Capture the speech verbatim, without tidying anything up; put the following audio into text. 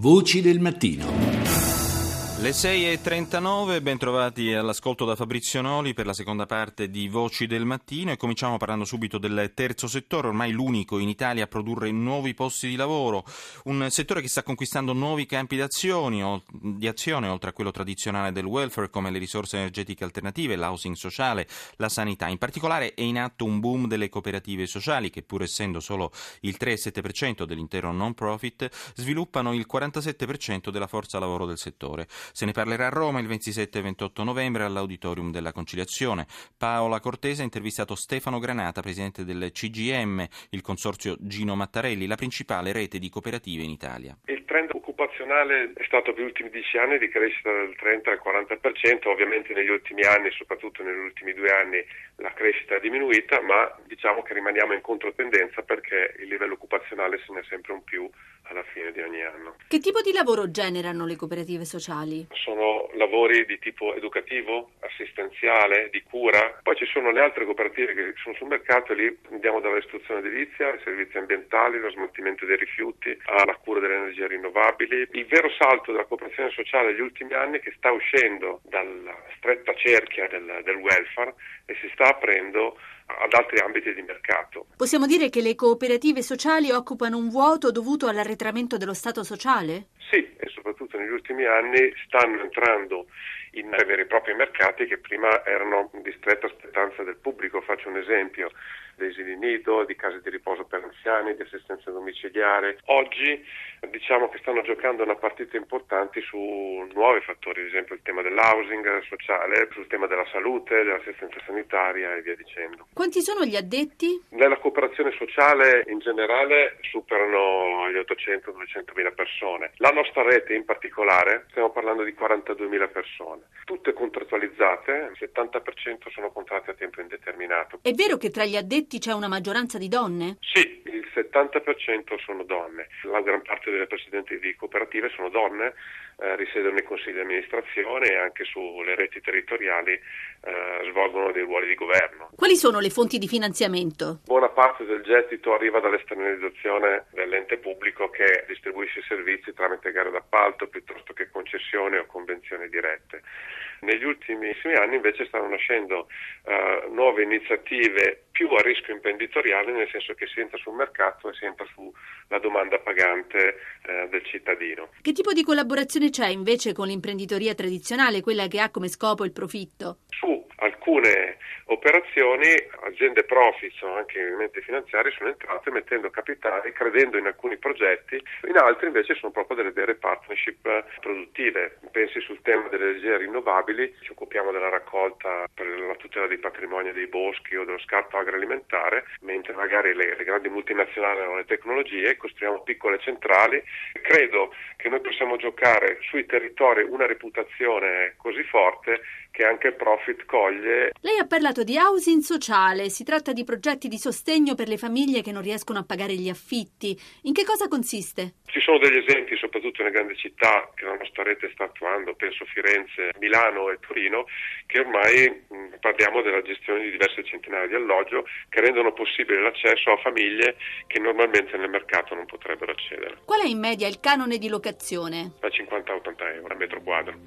Voci del mattino. Le sei e trentanove, ben trovati all'ascolto da Fabrizio Noli per la seconda parte di Voci del Mattino e cominciamo parlando subito del terzo settore, ormai l'unico in Italia a produrre nuovi posti di lavoro, un settore che sta conquistando nuovi campi d'azione, o, di azione oltre a quello tradizionale del welfare come le risorse energetiche alternative, l'housing sociale, la sanità. In particolare è in atto un boom delle cooperative sociali che, pur essendo solo il tre virgola sette per cento dell'intero non profit, sviluppano il quarantasette per cento della forza lavoro del settore. Se ne parlerà a Roma il ventisette e ventotto novembre all'Auditorium della Conciliazione. Paola Cortese ha intervistato Stefano Granata, presidente del C G M, il consorzio Gino Mattarelli, la principale rete di cooperative in Italia. Il trend occupazionale è stato per gli ultimi dieci anni di crescita del trenta al quaranta per cento, ovviamente negli ultimi anni, soprattutto negli ultimi due anni, la crescita è diminuita, ma diciamo che rimaniamo in controtendenza perché il livello occupazionale se ne è sempre un più alla fine di ogni anno. Che tipo di lavoro generano le cooperative sociali? Sono lavori di tipo educativo, assistenziale, di cura. Poi ci sono le altre cooperative che sono sul mercato e lì andiamo dalla istruzione edilizia, ai servizi ambientali, lo smaltimento dei rifiuti, alla cura delle energie rinnovabili. Il vero salto della cooperazione sociale negli ultimi anni che sta uscendo dalla stretta cerchia del, del welfare e si sta aprendo ad altri ambiti di mercato. Possiamo dire che le cooperative sociali occupano un vuoto dovuto all'arretramento dello Stato sociale? Sì, e soprattutto negli ultimi anni stanno entrando in veri e propri mercati che prima erano di stretta spettanza del pubblico. Faccio un esempio: dei asili nido, di case di riposo per anziani, di assistenza domiciliare. Oggi diciamo che stanno giocando una partita importante su nuovi fattori, ad esempio il tema dell'housing sociale, sul tema della salute, dell'assistenza sanitaria e via dicendo. Quanti sono gli addetti? Nella cooperazione sociale in generale superano gli ottocento novecentomila persone. La nostra rete in particolare, stiamo parlando di quarantaduemila persone, tutte contrattualizzate, il settanta per cento sono contratti a tempo indeterminato. È vero che tra gli addetti c'è una maggioranza di donne? Sì, il settanta per cento sono donne. La gran parte delle presidenti di cooperative sono donne, eh, risiedono nei consigli di amministrazione e anche sulle reti territoriali eh, svolgono dei ruoli di governo. Quali sono le fonti di finanziamento? Buona parte del gettito arriva dall'esternalizzazione dell'ente pubblico che distribuisce i servizi tramite gare d'appalto piuttosto che concessioni o convenzioni dirette. Negli ultimissimi anni invece stanno nascendo uh, nuove iniziative più a rischio imprenditoriale, nel senso che si entra sul mercato e si entra sulla domanda pagante uh, del cittadino. Che tipo di collaborazione c'è invece con l'imprenditoria tradizionale, quella che ha come scopo il profitto? Su alcune operazioni aziende profit o anche movimenti finanziari sono entrate mettendo capitali, credendo in alcuni progetti, in altri invece sono proprio delle vere partnership produttive. Pensi sul tema delle energie rinnovabili, ci occupiamo della raccolta per la tutela dei patrimoni dei boschi o dello scarto agroalimentare, mentre magari le, le grandi multinazionali hanno le tecnologie, costruiamo piccole centrali. Credo che noi possiamo giocare sui territori una reputazione così forte che anche il profit coglie. Lei ha parlato di housing sociale, si tratta di progetti di sostegno per le famiglie che non riescono a pagare gli affitti. In che cosa consiste? Ci sono degli esempi, soprattutto nelle grandi città, che la nostra rete sta attuando, penso Firenze, Milano e Torino, che ormai mh, parliamo della gestione di diverse centinaia di alloggio che rendono possibile l'accesso a famiglie che normalmente nel mercato non potrebbero accedere. Qual è in media il canone di locazione? Da cinquanta a ottanta euro a metro quadro.